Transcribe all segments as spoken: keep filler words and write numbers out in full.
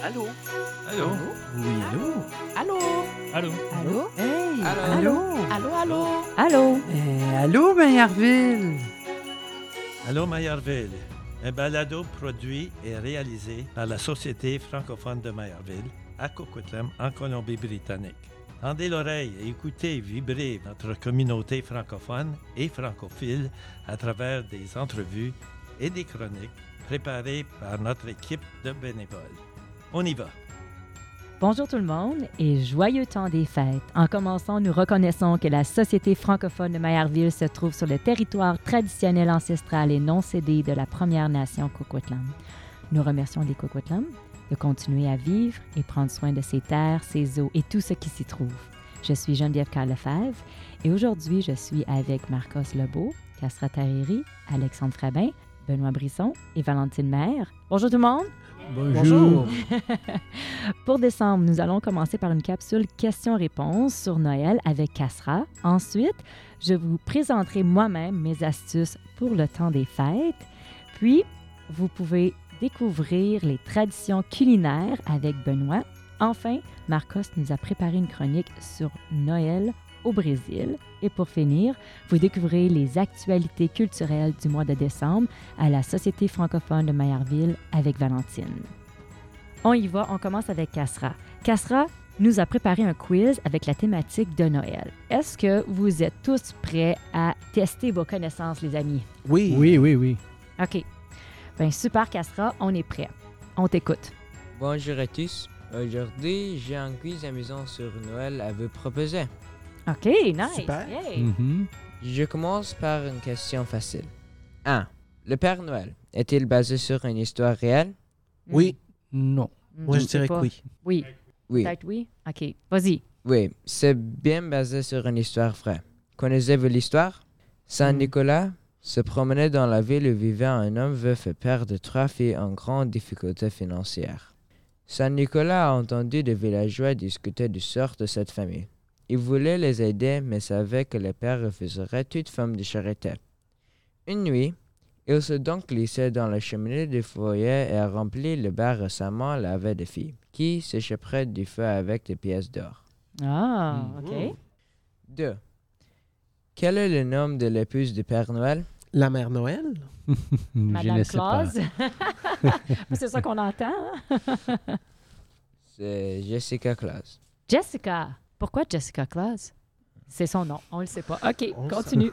Allô? Allô? Oui, allô? Allô? Allô? Allô? Hey! Allô? Allô, allô? Allô? Eh, allô, Maillardville? Allô, Maillardville. Un balado produit et réalisé par la Société francophone de Maillardville à Coquitlam, en Colombie-Britannique. Tendez l'oreille et écoutez vibrer notre communauté francophone et francophile à travers des entrevues et des chroniques préparées par notre équipe de bénévoles. On y va! Bonjour tout le monde et joyeux temps des fêtes. En commençant, nous reconnaissons que la Société francophone de Maillardville se trouve sur le territoire traditionnel ancestral et non cédé de la Première Nation Coquitlam. Nous remercions les Coquitlam de continuer à vivre et prendre soin de ses terres, ses eaux et tout ce qui s'y trouve. Je suis Geneviève Carlefebvre et aujourd'hui, je suis avec Marcos Lebeau, Castra Tariri, Alexandre Frabin, Benoît Brisson et Valentine Maire. Bonjour tout le monde! Bonjour! Pour décembre, nous allons commencer par une capsule questions-réponses sur Noël avec Castra. Ensuite, je vous présenterai moi-même mes astuces pour le temps des fêtes. Puis, vous pouvez découvrir les traditions culinaires avec Benoît. Enfin, Marcos nous a préparé une chronique sur Noël au Brésil. Et pour finir, vous découvrez les actualités culturelles du mois de décembre à la Société francophone de Maillardville avec Valentine. On y va, on commence avec Castra. Castra nous a préparé un quiz avec la thématique de Noël. Est-ce que vous êtes tous prêts à tester vos connaissances, les amis? Oui! Oui, oui, oui. OK. Bien, super, Castra, on est prêts. On t'écoute. Bonjour à tous. Aujourd'hui, j'ai un quiz amusant sur Noël à vous proposer. OK, nice. Super. Yay. Mhm. Je commence par une question facile. un. Le Père Noël est-il basé sur une histoire réelle? Oui. Non. Hmm, Moi, je sais dirais pas. que oui. Oui. Oui. Peut-être oui. OK, vas-y. Oui, c'est bien basé sur une histoire vraie. Connaissez-vous l'histoire? Saint Hmm. Nicolas se promenait dans la ville où vivait un homme veuf et père de trois filles en grande difficulté financière. Saint Nicolas a entendu des villageois discuter du sort de cette famille. Il voulait les aider, mais savait que le père refuserait toute forme de charité. Une nuit, il s'est donc glissé dans la cheminée du foyer et a rempli le bar récemment lavé de filles, qui s'échapperaient du feu avec des pièces d'or. Ah, Mhm. OK. deux. Quel est le nom de l'épouse du Père Noël? La mère Noël? Je Madame ne sais pas. Claus. C'est ça qu'on entend. hein? C'est Jessica Claus. Jessica. Pourquoi Jessica Claus? C'est son nom. On le sait pas. OK, On le continue.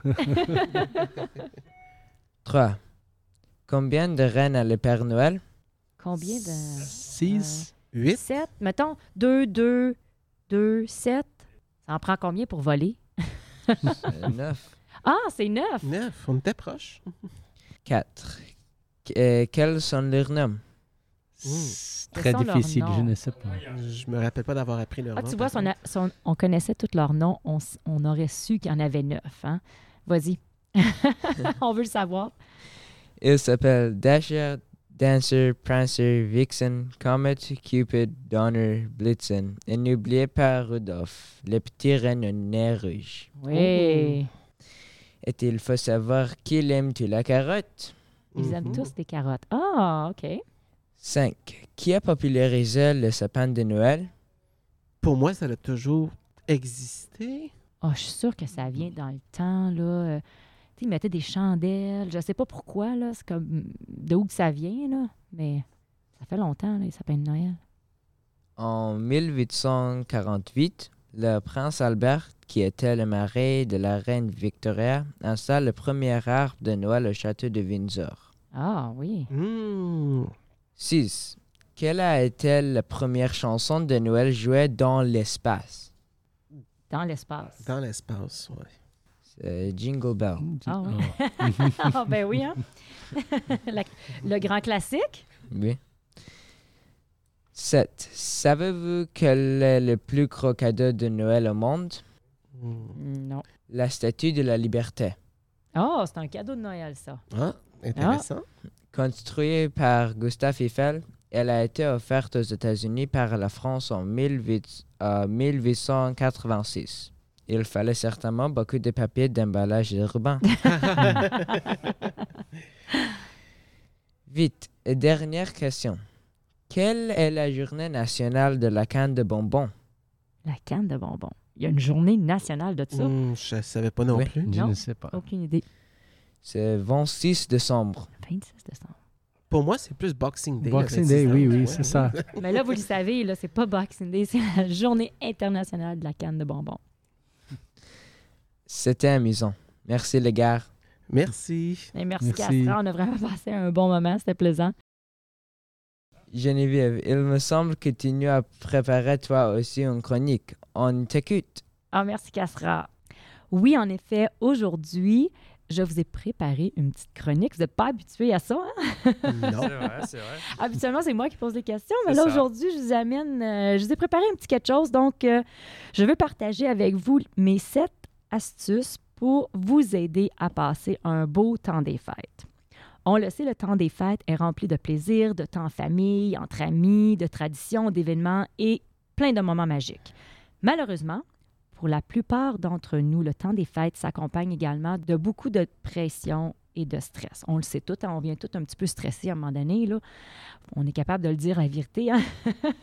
trois. Combien de reines a le Père Noël? Combien de... Six. Huit? Sept. Mettons, deux, deux, deux, sept. Ça en prend combien pour voler? Euh, neuf. Ah, c'est neuf. Neuf. On était proche. quatre. Euh, quels sont leurs noms? C'est Quels très sont leurs difficile, noms? je ne sais pas. Je me rappelle pas d'avoir appris leur Ah, nom. tu vois, si par on, a- si on- on connaissait tous leurs noms, on, s- on aurait su qu'il y en avait neuf. Hein? Vas-y. On veut le savoir. Ils s'appellent Dasher, Dancer, Prancer, Vixen, Comet, Cupid, Donner, Blitzen. Et n'oubliez pas Rudolph, le petit renne au nez rouge. Oui. Et il faut savoir qui aime-tu la carotte? Ils aiment Mhm. tous les carottes. Ah, OK. cinq. Qui a popularisé le sapin de Noël? Pour moi, ça a toujours existé. Oh, je suis sûre que ça vient dans le temps, là. Euh, tu sais, ils mettaient des chandelles. Je sais pas pourquoi, là. C'est comme de où que ça vient, là. Mais ça fait longtemps, là, les sapins de Noël. En mille huit cent quarante-huit, le prince Albert, qui était le mari de la reine Victoria, installe le premier arbre de Noël au château de Windsor. Ah, oui. Hmm. six. Quelle a été la première chanson de Noël jouée dans l'espace? Dans l'espace. Dans l'espace, oui. C'est Jingle Bell. Ah oui. Ah. Ah, ben oui, hein? La- le grand classique? Oui. sept. Savez-vous quel est le plus gros cadeau de Noël au monde? Hmm. Non. La statue de la liberté. Oh, c'est un cadeau de Noël, ça. Ah, intéressant. Construite par Gustave Eiffel, elle a été offerte aux États-Unis par la France en mille huit cent quatre-vingt-six. Il fallait certainement beaucoup de papier d'emballage et de ruban. Vite, et dernière question. Quelle est la journée nationale de la canne de bonbons? La canne de bonbons. Il y a une journée nationale de ça. Hmm, je ne savais pas non Oui. plus. Je Non. ne sais pas. Aucune idée. C'est vingt-six décembre. vingt-six décembre. Pour moi, c'est plus Boxing Day. le Boxing vingt-six Day, oui, décembre. oui, Ouais, c'est ouais. ça. Mais là, vous le savez, là, c'est pas Boxing Day, c'est la journée internationale de la canne de bonbons. C'était amusant. Merci les gars. Merci. Et merci, Merci. Castra, on a vraiment passé un bon moment, c'était plaisant. Geneviève, il me semble que tu nous as préparé toi aussi une chronique. On t'écoute. Ah, merci, Castra. Oui, en effet, aujourd'hui, je vous ai préparé une petite chronique. Vous n'êtes pas habitués à ça, hein? Non. vrai, c'est vrai. Habituellement, c'est moi qui pose les questions, mais C'est là, ça. aujourd'hui, je vous amène, euh, je vous ai préparé un petit quelque chose. Donc, euh, je veux partager avec vous mes sept astuces pour vous aider à passer un beau temps des fêtes. On le sait, le temps des fêtes est rempli de plaisir, de temps en famille, entre amis, de traditions, d'événements et plein de moments magiques. Malheureusement, pour la plupart d'entre nous, le temps des fêtes s'accompagne également de beaucoup de pression et de stress. On le sait tout, hein, on vient tout un petit peu stressé à un moment donné, là. On est capable de le dire la vérité. Hein?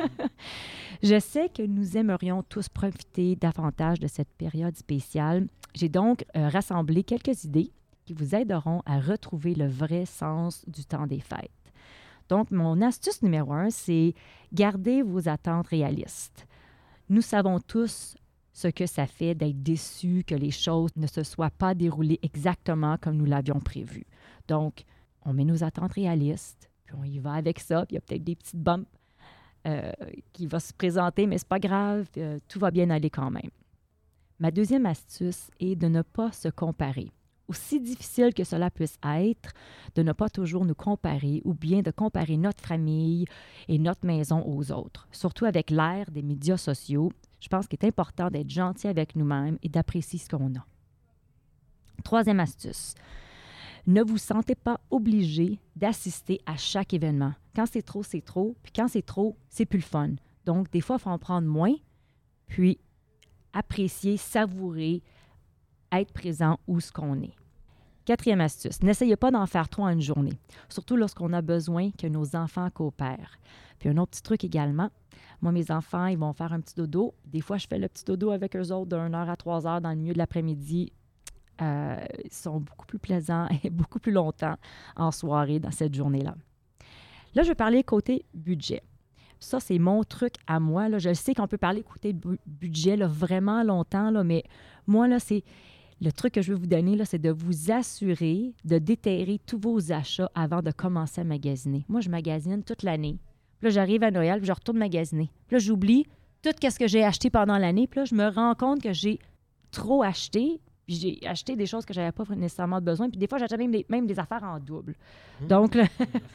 Je sais que nous aimerions tous profiter davantage de cette période spéciale. J'ai donc euh, rassemblé quelques idées qui vous aideront à retrouver le vrai sens du temps des fêtes. Donc, mon astuce numéro un, c'est garder vos attentes réalistes. Nous savons tous ce que ça fait d'être déçu que les choses ne se soient pas déroulées exactement comme nous l'avions prévu. Donc, on met nos attentes réalistes, puis on y va avec ça, puis il y a peut-être des petites bumps euh, qui vont se présenter, mais c'est pas grave, euh, tout va bien aller quand même. Ma deuxième astuce est de ne pas se comparer. Aussi difficile que cela puisse être, de ne pas toujours nous comparer ou bien de comparer notre famille et notre maison aux autres. Surtout avec l'ère des médias sociaux, je pense qu'il est important d'être gentil avec nous-mêmes et d'apprécier ce qu'on a. Troisième astuce, ne vous sentez pas obligé d'assister à chaque événement. Quand c'est trop, c'est trop, puis quand c'est trop, c'est plus le fun. Donc, des fois, il faut en prendre moins, puis apprécier, savourer, être présent où ce qu'on est. Quatrième astuce, n'essayez pas d'en faire trop en une journée, surtout lorsqu'on a besoin que nos enfants coopèrent. Puis un autre petit truc également, moi, mes enfants, ils vont faire un petit dodo. Des fois, je fais le petit dodo avec eux autres d'une heure à trois heures dans le milieu de l'après-midi. Euh, ils sont beaucoup plus plaisants et beaucoup plus longtemps en soirée dans cette journée-là. Là, je vais parler côté budget. Ça, c'est mon truc à moi. Là. Je sais qu'on peut parler côté bu- budget là, vraiment longtemps, là, mais moi, là, c'est le truc que je vais vous donner, là, c'est de vous assurer de déterrer tous vos achats avant de commencer à magasiner. Moi, je magasine toute l'année. Puis là, j'arrive à Noël, puis je retourne magasiner. Puis là, j'oublie tout ce que j'ai acheté pendant l'année. Puis là, je me rends compte que j'ai trop acheté. Puis j'ai acheté des choses que je n'avais pas nécessairement besoin. Puis des fois, j'achète même des, même des affaires en double. Donc, là,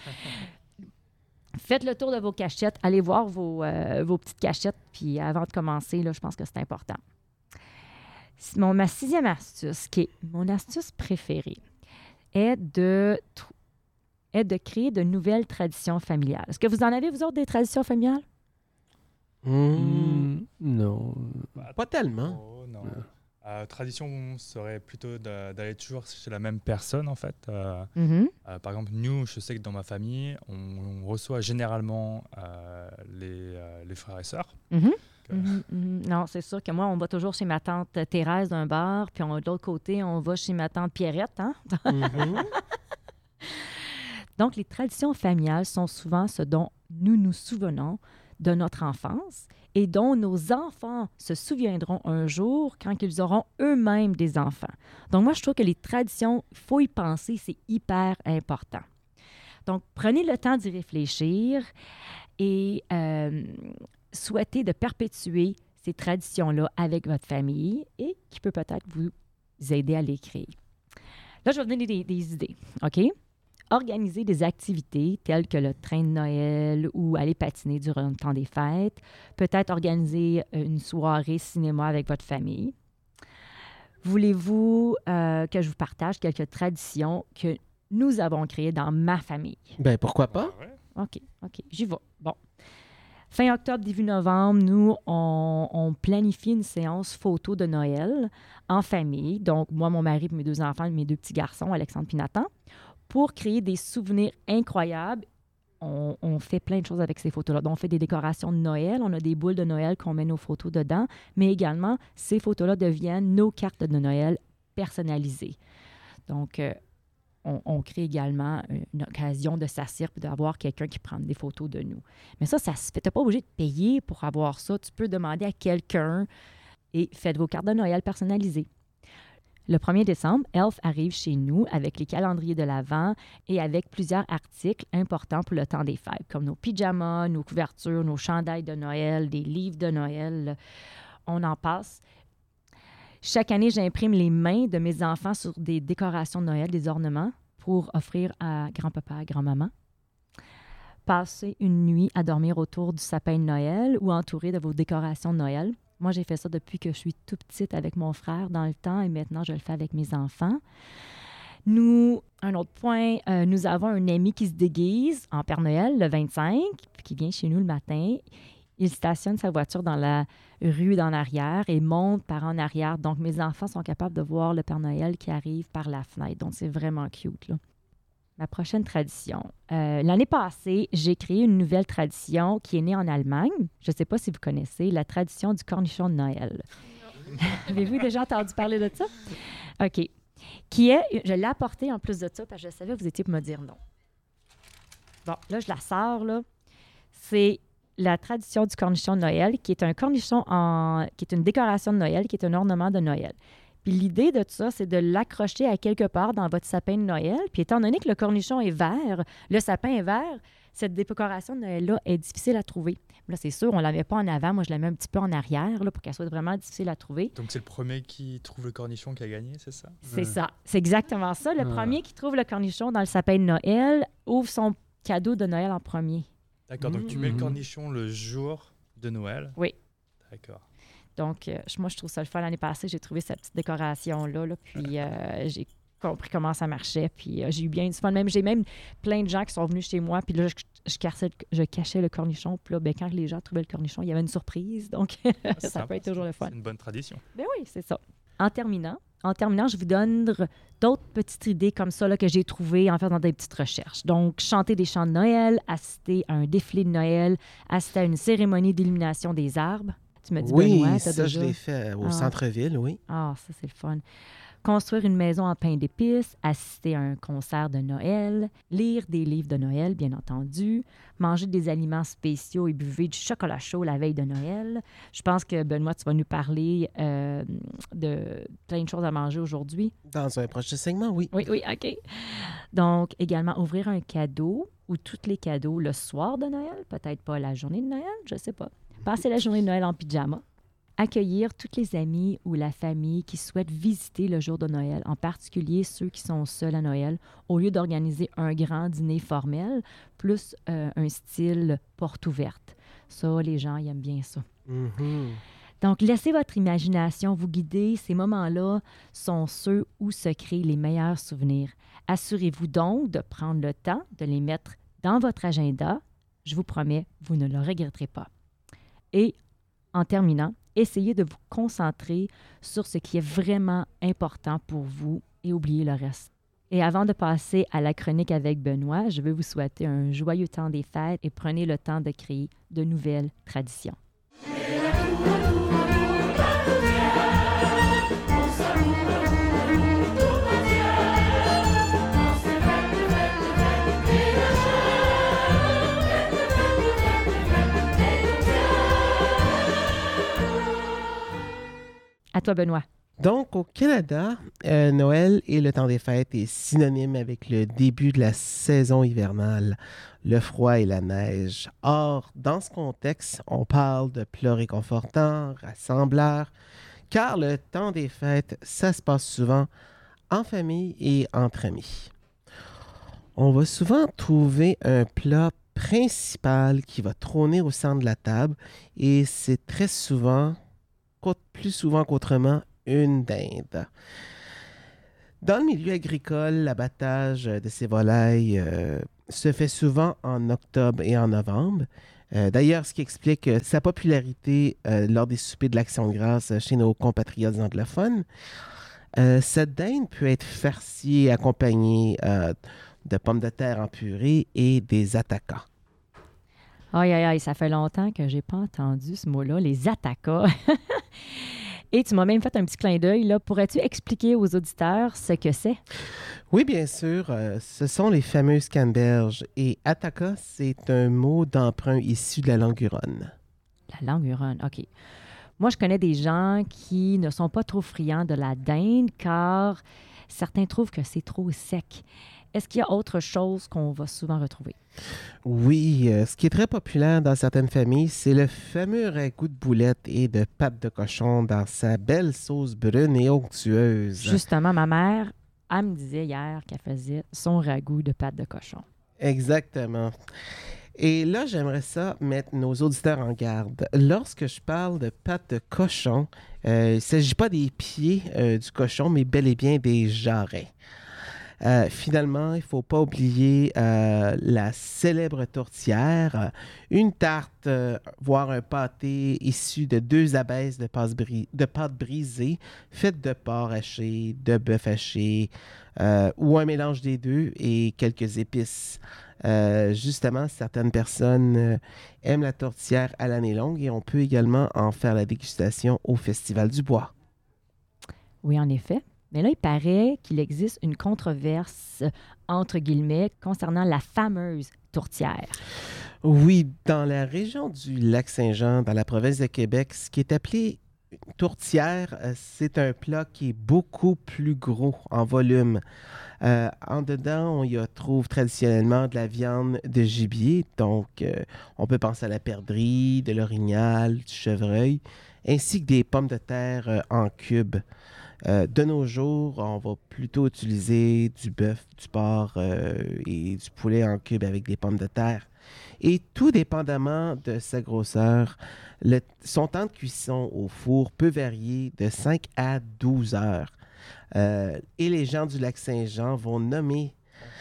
faites le tour de vos cachettes. Allez voir vos, euh, vos petites cachettes. Puis avant de commencer, là, je pense que c'est important. Mon, ma sixième astuce, qui est mon astuce préférée, est de, est de créer de nouvelles traditions familiales. Est-ce que vous en avez, vous autres, des traditions familiales? Hmm, Hmm, non. Pas tellement. Oh, non. Euh, tradition serait plutôt d'a- d'aller toujours chez la même personne, en fait. Euh, Mm-hmm. euh, par exemple, nous, je sais que dans ma famille, on, on reçoit généralement euh, les, euh, les frères et sœurs. Mm-hmm. Euh, Mhm, mhm. Non, c'est sûr que moi, on va toujours chez ma tante Thérèse d'un bar, puis on, de l'autre côté, on va chez ma tante Pierrette. Hein? Mhm. Donc, les traditions familiales sont souvent ce dont nous nous souvenons de notre enfance et dont nos enfants se souviendront un jour quand ils auront eux-mêmes des enfants. Donc, moi, je trouve que les traditions, il faut y penser, c'est hyper important. Donc, prenez le temps d'y réfléchir et euh, souhaitez de perpétuer ces traditions-là avec votre famille et qui peut peut-être vous aider à les créer. Là, je vais vous donner des, des idées, OK? Organiser des activités telles que le train de Noël ou aller patiner durant le temps des fêtes. Peut-être organiser une soirée cinéma avec votre famille. Voulez-vous euh, que je vous partage quelques traditions que nous avons créées dans ma famille? Ben, pourquoi pas? ah ouais. OK, OK, j'y vais. Bon. Fin octobre, début novembre, nous, on, on planifie une séance photo de Noël en famille. Donc, moi, mon mari, mes deux enfants, mes deux petits garçons, Alexandre et Nathan, pour créer des souvenirs incroyables. on, on fait plein de choses avec ces photos-là. Donc, on fait des décorations de Noël, on a des boules de Noël qu'on met nos photos dedans, mais également, ces photos-là deviennent nos cartes de Noël personnalisées. Donc, euh, on, on crée également une occasion de s'asseoir et d'avoir quelqu'un qui prend des photos de nous. Mais ça, ça se fait. Tu n'es pas obligé de payer pour avoir ça. Tu peux demander à quelqu'un et faites vos cartes de Noël personnalisées. Le premier décembre, Elf arrive chez nous avec les calendriers de l'Avent et avec plusieurs articles importants pour le temps des fêtes, comme nos pyjamas, nos couvertures, nos chandails de Noël, des livres de Noël. On en passe. Chaque année, j'imprime les mains de mes enfants sur des décorations de Noël, des ornements, pour offrir à grand-papa et grand-maman. Passez une nuit à dormir autour du sapin de Noël ou entouré de vos décorations de Noël. Moi, j'ai fait ça depuis que je suis toute petite avec mon frère dans le temps et maintenant, je le fais avec mes enfants. Nous, un autre point, euh, nous avons un ami qui se déguise en Père Noël le vingt-cinq, puis qui vient chez nous le matin. Il stationne sa voiture dans la rue d'en arrière et monte par en arrière. Donc, mes enfants sont capables de voir le Père Noël qui arrive par la fenêtre. Donc, c'est vraiment cute, là. Ma prochaine tradition. Euh, l'année passée, j'ai créé une nouvelle tradition qui est née en Allemagne. Je ne sais pas si vous connaissez la tradition du cornichon de Noël. Avez-vous déjà entendu parler de ça? OK. Qui est, je l'ai apporté en plus de ça parce que je savais que vous étiez pour me dire non. Bon, là, je la sors, là. C'est la tradition du cornichon de Noël, qui est un cornichon en, qui est une décoration de Noël, qui est un ornement de Noël. Puis l'idée de ça, c'est de l'accrocher à quelque part dans votre sapin de Noël. Puis étant donné que le cornichon est vert, le sapin est vert, cette décoration de Noël-là est difficile à trouver. Là, c'est sûr, on ne l'avait pas en avant. Moi, je la mets un petit peu en arrière là, pour qu'elle soit vraiment difficile à trouver. Donc, c'est le premier qui trouve le cornichon qui a gagné, c'est ça? C'est Ouais. ça. C'est exactement ça. Le Ah. premier qui trouve le cornichon dans le sapin de Noël ouvre son cadeau de Noël en premier. D'accord, donc tu mets le Mhm. cornichon le jour de Noël? Oui. D'accord. Donc, euh, moi, je trouve ça le fun. L'année passée, j'ai trouvé cette petite décoration-là, là, puis euh, j'ai compris comment ça marchait, puis euh, j'ai eu bien du fun. Même, j'ai même plein de gens qui sont venus chez moi, puis là, je, je, cachais, je cachais le cornichon, puis là, ben, quand les gens trouvaient le cornichon, il y avait une surprise, donc Ah, c'est ça sympa, peut être toujours c'est- le fun. C'est une bonne tradition. Ben oui, c'est ça. En terminant, en terminant, je vous donne d'autres petites idées comme ça là, que j'ai trouvées en faisant des petites recherches. Donc, chanter des chants de Noël, assister à un défilé de Noël, assister à une cérémonie d'illumination des arbres. Tu me dis, Oui, Benoît, t'as ça, déjà... je l'ai fait au Ah. centre-ville, oui. Ah, ça, c'est le fun. Construire une maison en pain d'épices, assister à un concert de Noël, lire des livres de Noël, bien entendu, manger des aliments spéciaux et buvez du chocolat chaud la veille de Noël. Je pense que, Benoît, tu vas nous parler euh, de plein de choses à manger aujourd'hui. Dans un prochain segment, oui. Oui, oui, OK. Donc, également, ouvrir un cadeau ou tous les cadeaux le soir de Noël, peut-être pas la journée de Noël, je sais pas. Passer la journée de Noël en pyjama. Accueillir tous les amis ou la famille qui souhaitent visiter le jour de Noël, en particulier ceux qui sont seuls à Noël, au lieu d'organiser un grand dîner formel, plus euh, un style porte ouverte. Ça, les gens, ils aiment bien ça. Mhm. Donc, laissez votre imagination vous guider. Ces moments-là sont ceux où se créent les meilleurs souvenirs. Assurez-vous donc de prendre le temps de les mettre dans votre agenda. Je vous promets, vous ne le regretterez pas. Et en terminant, essayez de vous concentrer sur ce qui est vraiment important pour vous et oubliez le reste. Et avant de passer à la chronique avec Benoît, je veux vous souhaiter un joyeux temps des fêtes et prenez le temps de créer de nouvelles traditions. À toi, Benoît. Donc, au Canada, euh, Noël et le temps des fêtes est synonyme avec le début de la saison hivernale, le froid et la neige. Or, dans ce contexte, on parle de plats réconfortants, rassembleurs, car le temps des fêtes, ça se passe souvent en famille et entre amis. On va souvent trouver un plat principal qui va trôner au centre de la table et c'est très souvent, plus souvent qu'autrement, une dinde. Dans le milieu agricole, l'abattage de ces volailles euh, se fait souvent en octobre et en novembre. Euh, D'ailleurs, ce qui explique euh, sa popularité euh, lors des soupers de l'Action de grâce chez nos compatriotes anglophones. Euh, cette dinde peut être farcie et accompagnée euh, de pommes de terre en purée et des attaquants. Aïe, aïe, aïe, ça fait longtemps que je n'ai pas entendu ce mot-là, les attacas. Et tu m'as même fait un petit clin d'œil. Là. Pourrais-tu expliquer aux auditeurs ce que c'est? Oui, bien sûr. euh, ce sont les fameuses canneberges. Et attaka, c'est un mot d'emprunt issu de la langue huronne. La langue huronne, OK. Moi, je connais des gens qui ne sont pas trop friands de la dinde car certains trouvent que c'est trop sec. Est-ce qu'il y a autre chose qu'on va souvent retrouver? Oui, euh, ce qui est très populaire dans certaines familles, c'est le fameux ragoût de boulettes et de pâte de cochon dans sa belle sauce brune et onctueuse. Justement, ma mère, elle me disait hier qu'elle faisait son ragoût de pâte de cochon. Exactement. Et là, j'aimerais ça mettre nos auditeurs en garde. Lorsque je parle de pâte de cochon, euh, il ne s'agit pas des pieds euh, du cochon, mais bel et bien des jarrets. Euh, finalement, il ne faut pas oublier euh, la célèbre tourtière, euh, une tarte, euh, voire un pâté issu de deux abaisses de, bri- de pâte brisée, faite de porc haché, de bœuf haché, euh, ou un mélange des deux et quelques épices. Euh, justement, certaines personnes euh, aiment la tourtière à l'année longue et on peut également en faire la dégustation au Festival du Bois. Oui, en effet. Mais là, il paraît qu'il existe une controverse, entre guillemets, concernant la fameuse tourtière. Oui, dans la région du Lac-Saint-Jean, dans la province de Québec, ce qui est appelé tourtière, euh, c'est un plat qui est beaucoup plus gros en volume. Euh, en dedans, on y trouve traditionnellement de la viande de gibier, donc euh, on peut penser à la perdrix, de l'orignal, du chevreuil, ainsi que des pommes de terre euh, en cubes. Euh, de nos jours, on va plutôt utiliser du bœuf, du porc euh, et du poulet en cubes avec des pommes de terre. Et tout dépendamment de sa grosseur, le, son temps de cuisson au four peut varier de cinq à douze heures. Euh, et les gens du Lac-Saint-Jean vont nommer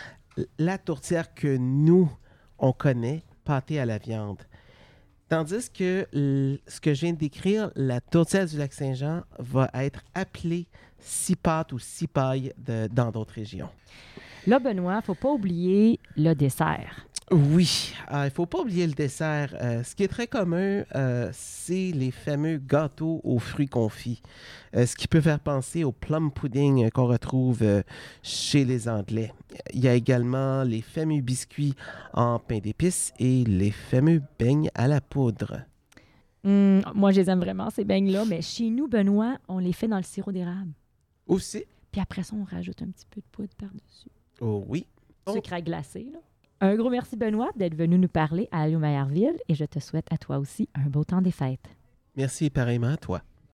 la tourtière que nous, on connaît, pâté à la viande. Tandis que l- ce que je viens de décrire, la tourtière du Lac-Saint-Jean va être appelée cipatte ou cipaille de- dans d'autres régions. Là, Benoît, il ne faut pas oublier le dessert. Oui, euh, il ne faut pas oublier le dessert. Euh, ce qui est très commun, euh, c'est les fameux gâteaux aux fruits confits. Euh, ce qui peut faire penser au plum pudding euh, qu'on retrouve euh, chez les Anglais. Il y a également les fameux biscuits en pain d'épices et les fameux beignes à la poudre. Hum, moi, je les aime vraiment, ces beignes-là, mais chez nous, Benoît, on les fait dans le sirop d'érable. Aussi, Puis après ça, on rajoute un petit peu de poudre par-dessus. oh oui. Oh. Sucre à glacer, là. Un gros merci, Benoît, d'être venu nous parler à Allô Maillardville et je te souhaite à toi aussi un beau temps des fêtes. Merci pareillement à toi.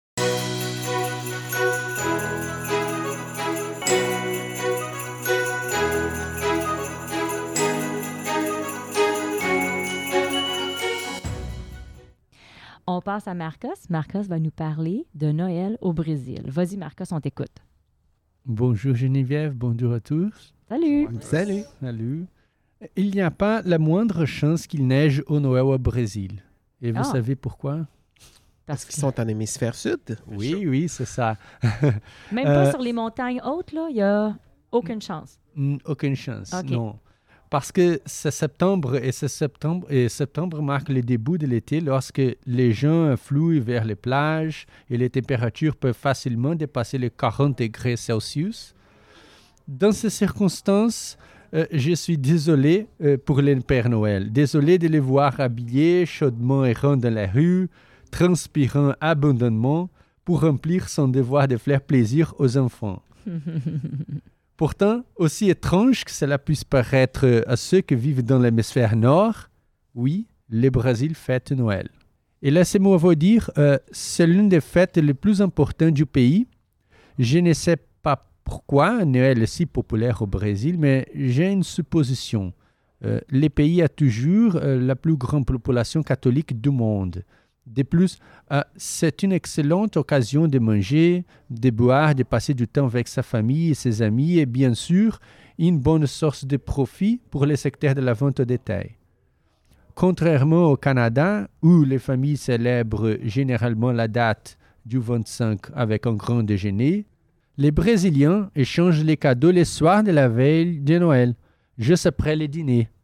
On passe à Marcos. Marcos va nous parler de Noël au Brésil. Vas-y, Marcos, on t'écoute. Bonjour Geneviève, bonjour à tous. Salut! Salut. Salut. Il n'y a pas la moindre chance qu'il neige au Noël au Brésil. Et vous Ah. savez pourquoi? Parce qu'ils sont en hémisphère sud. Oui, oui, c'est ça. Même Euh, pas sur les montagnes hautes, là, il n'y a aucune chance. Mm, Aucune chance, Ok. non. Parce que c'est septembre et c'est septembre et septembre marque le début de l'été lorsque les gens affluent vers les plages et les températures peuvent facilement dépasser les quarante degrés Celsius. Dans ces circonstances, euh, je suis désolé euh, pour les Pères Noël. Désolé de les voir habillés, chaudement errant dans la rue, transpirant abondamment pour remplir son devoir de faire plaisir aux enfants. Pourtant, aussi étrange que cela puisse paraître à ceux qui vivent dans l'hémisphère nord, oui, le Brésil fête Noël. Et laissez-moi vous dire, euh, c'est l'une des fêtes les plus importantes du pays. Je ne sais pas pourquoi Noël est si populaire au Brésil, mais j'ai une supposition. Euh, le pays a toujours euh, la plus grande population catholique du monde. De plus, euh, c'est une excellente occasion de manger, de boire, de passer du temps avec sa famille et ses amis et bien sûr, une bonne source de profit pour le secteur de la vente au détail. Contrairement au Canada, où les familles célèbrent généralement la date du vingt-cinq avec un grand déjeuner, les Brésiliens échangent les cadeaux le soir de la veille de Noël, juste après le dîner.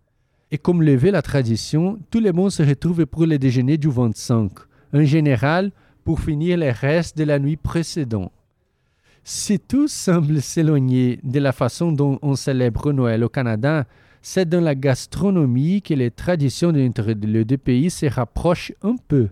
Et comme le veut la tradition, tout le monde se retrouve pour le déjeuner du vingt-cinq, en général pour finir les restes de la nuit précédente. Si tout semble s'éloigner de la façon dont on célèbre Noël au Canada, c'est dans la gastronomie que les traditions entre les deux pays se rapprochent un peu.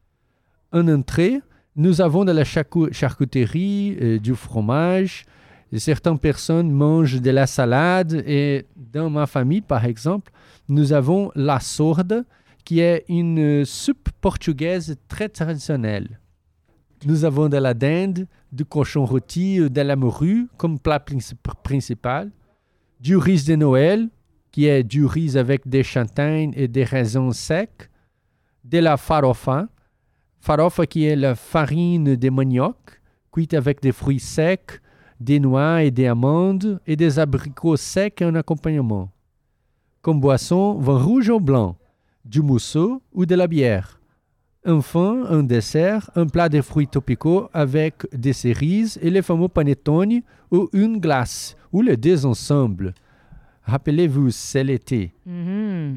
En entrée, nous avons de la charcou- charcuterie, euh, du fromage. Et certaines personnes mangent de la salade. Et dans ma famille, par exemple, nous avons la sorda, qui est une soupe portugaise très traditionnelle. Nous avons de la dinde, du cochon rôti, de la morue comme plat princip- principal, du riz de Noël, qui est du riz avec des châtaignes et des raisins secs, de la farofa, farofa qui est la farine de manioc, cuite avec des fruits secs, des noix et des amandes, et des abricots secs en accompagnement. Comme boisson, vin rouge ou blanc, du mousseux ou de la bière. Enfin, un dessert, un plat de fruits tropicaux avec des cerises et le fameux panettone ou une glace, ou les deux ensemble. Rappelez-vous, c'est l'été. Mhm.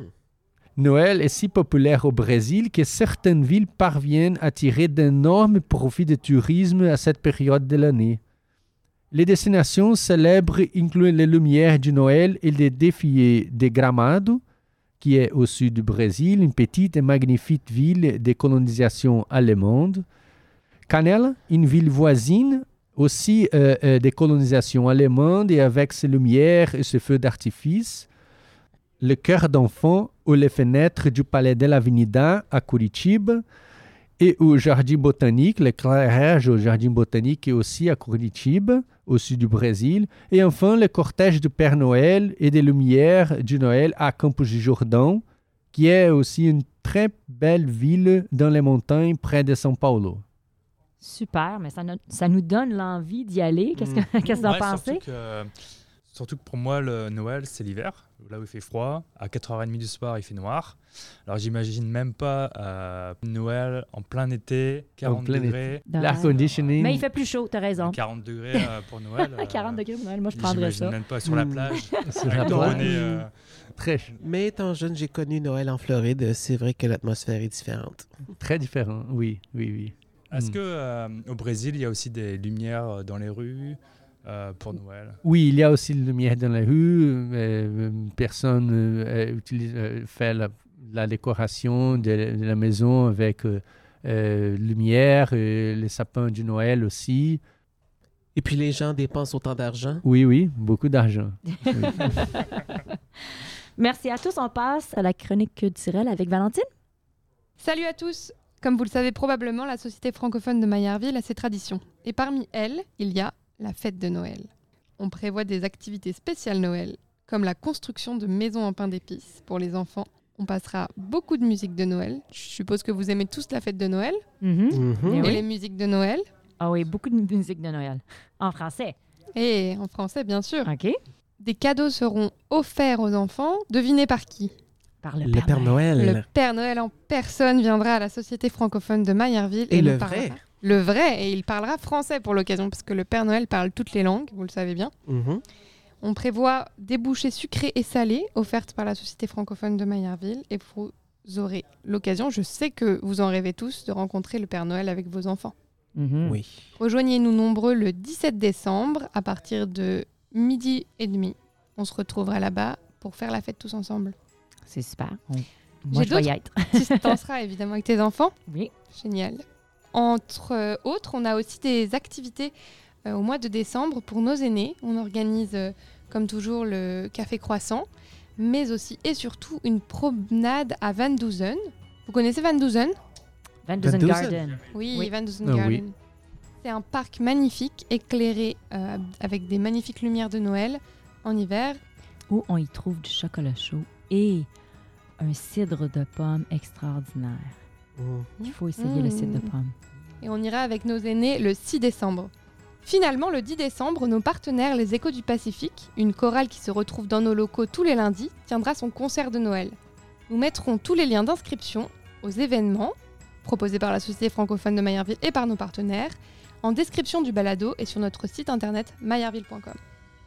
Noël est si populaire au Brésil que certaines villes parviennent à tirer d'énormes profits de tourisme à cette période de l'année. Les destinations célèbres incluent les lumières du Noël et les défilés de Gramado, qui est au sud du Brésil, une petite et magnifique ville de colonisation allemande. Canela, une ville voisine, aussi euh, euh, de colonisation allemande et avec ses lumières et ses feux d'artifice. Le cœur d'enfant ou les fenêtres du palais de l'Avenida à Curitiba et au jardin botanique, l'éclairage au jardin botanique est aussi à Curitiba, au sud du Brésil. Et enfin, le cortège du Père Noël et des lumières du Noël à Campos du Jordão, qui est aussi une très belle ville dans les montagnes près de São Paulo. Super, mais ça, no- ça nous donne l'envie d'y aller. Qu'est-ce que, qu'est-ce que vous en Ouais, pensez? surtout que, surtout que pour moi, le Noël, c'est l'hiver, là où il fait froid. À quatre heures trente du soir, il fait noir. Alors, j'imagine même pas euh, Noël en plein été, quarante plein degrés. Dans L'air l'air. conditioning. Mais il fait plus chaud, t'as raison. quarante degrés euh, pour Noël. euh, quarante degrés pour Noël, moi je prendrais J'imagine ça. même pas sur la Mm. plage. Sur avec la ton plage. bonnet, euh, Très, Mais étant jeune, j'ai connu Noël en Floride. C'est vrai que l'atmosphère est différente. très différent, oui, oui, oui. Est-ce Mm. que euh, au Brésil, il y a aussi des lumières dans les rues euh, pour Noël? Oui, il y a aussi la lumière dans la rue. Euh, personne euh, utilise, euh, fait la, la décoration de, de la maison avec euh, euh, lumière, et les sapins du Noël aussi. Et puis les gens dépensent autant d'argent. Oui, oui, beaucoup d'argent. Oui. Merci à tous. On passe à la chronique culturelle avec Valentine. Salut à tous. Comme vous le savez probablement, la Société francophone de Maillardville a ses traditions. Et parmi elles, il y a la fête de Noël. On prévoit des activités spéciales Noël, comme la construction de maisons en pain d'épices pour les enfants. On passera beaucoup de musique de Noël. Je suppose que vous aimez tous la fête de Noël Mhm. Mhm. Eh et oui. les musiques de Noël. Ah oui, beaucoup de musique de Noël. En français. Et en français, bien sûr. OK. Des cadeaux seront offerts aux enfants. Devinez par qui? Par le, Le Père Noël. Le Père Noël en personne viendra à la Société francophone de Maillardville. Et nous le parlera- vrai. Le vrai, et il parlera français pour l'occasion, parce que le Père Noël parle toutes les langues, vous le savez bien. Mhm. On prévoit des bouchées sucrées et salées offertes par la Société francophone de Maillardville, et vous aurez l'occasion, je sais que vous en rêvez tous, de rencontrer le Père Noël avec vos enfants. Mhm. Oui. Rejoignez-nous nombreux le dix-sept décembre à partir de midi et demi. On se retrouvera là-bas pour faire la fête tous ensemble. C'est super. On- Moi, J'ai je vais y d'autres- être. Tu danseras évidemment avec tes enfants. Oui. Génial. Entre euh, autres, on a aussi des activités euh, au mois de décembre pour nos aînés. On organise, euh, comme toujours, le café croissant, mais aussi et surtout une promenade à Van Dusen. Vous connaissez Van Dusen? Van Dusen Dusen. Garden. Oui, Oui. Van Dusen Ah, Garden. oui. C'est un parc magnifique, éclairé euh, avec des magnifiques lumières de Noël en hiver. Où on y trouve du chocolat chaud et un cidre de pomme extraordinaire. Mhm. Il faut essayer le cidre de Mmh. pomme. Et on ira avec nos aînés le six décembre. Finalement, le dix décembre, nos partenaires, les Échos du Pacifique, une chorale qui se retrouve dans nos locaux tous les lundis, tiendra son concert de Noël. Nous mettrons tous les liens d'inscription aux événements proposés par la Société francophone de Maillardville et par nos partenaires en description du balado et sur notre site internet maillardville point com.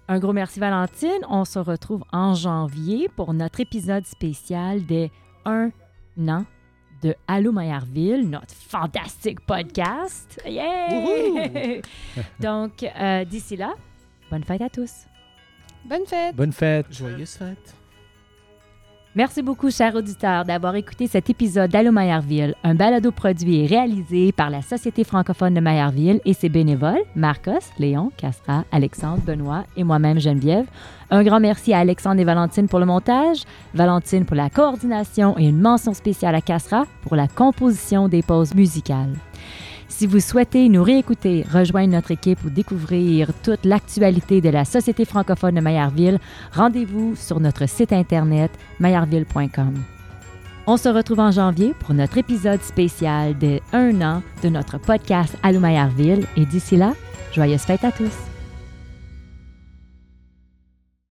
Un gros merci Valentine. On se retrouve en janvier pour notre épisode spécial des un an de Allô Maillardville, notre fantastique podcast. Yeah! Donc, euh, d'ici là, bonne fête à tous. Bonne fête! Bonne fête. Joyeuse fête. Merci beaucoup, chers auditeurs, d'avoir écouté cet épisode d'Allô Maillardville, un balado produit et réalisé par la Société francophone de Maillardville et ses bénévoles, Marcos, Léon, Castra, Alexandre, Benoît et moi-même, Geneviève. Un grand merci à Alexandre et Valentine pour le montage, Valentine pour la coordination et une mention spéciale à Castra pour la composition des pauses musicales. Si vous souhaitez nous réécouter, rejoindre notre équipe ou découvrir toute l'actualité de la Société francophone de Maillardville, rendez-vous sur notre site internet maillardville point com. On se retrouve en janvier pour notre épisode spécial de un an de notre podcast Allô Maillardville et d'ici là, joyeuses fêtes à tous!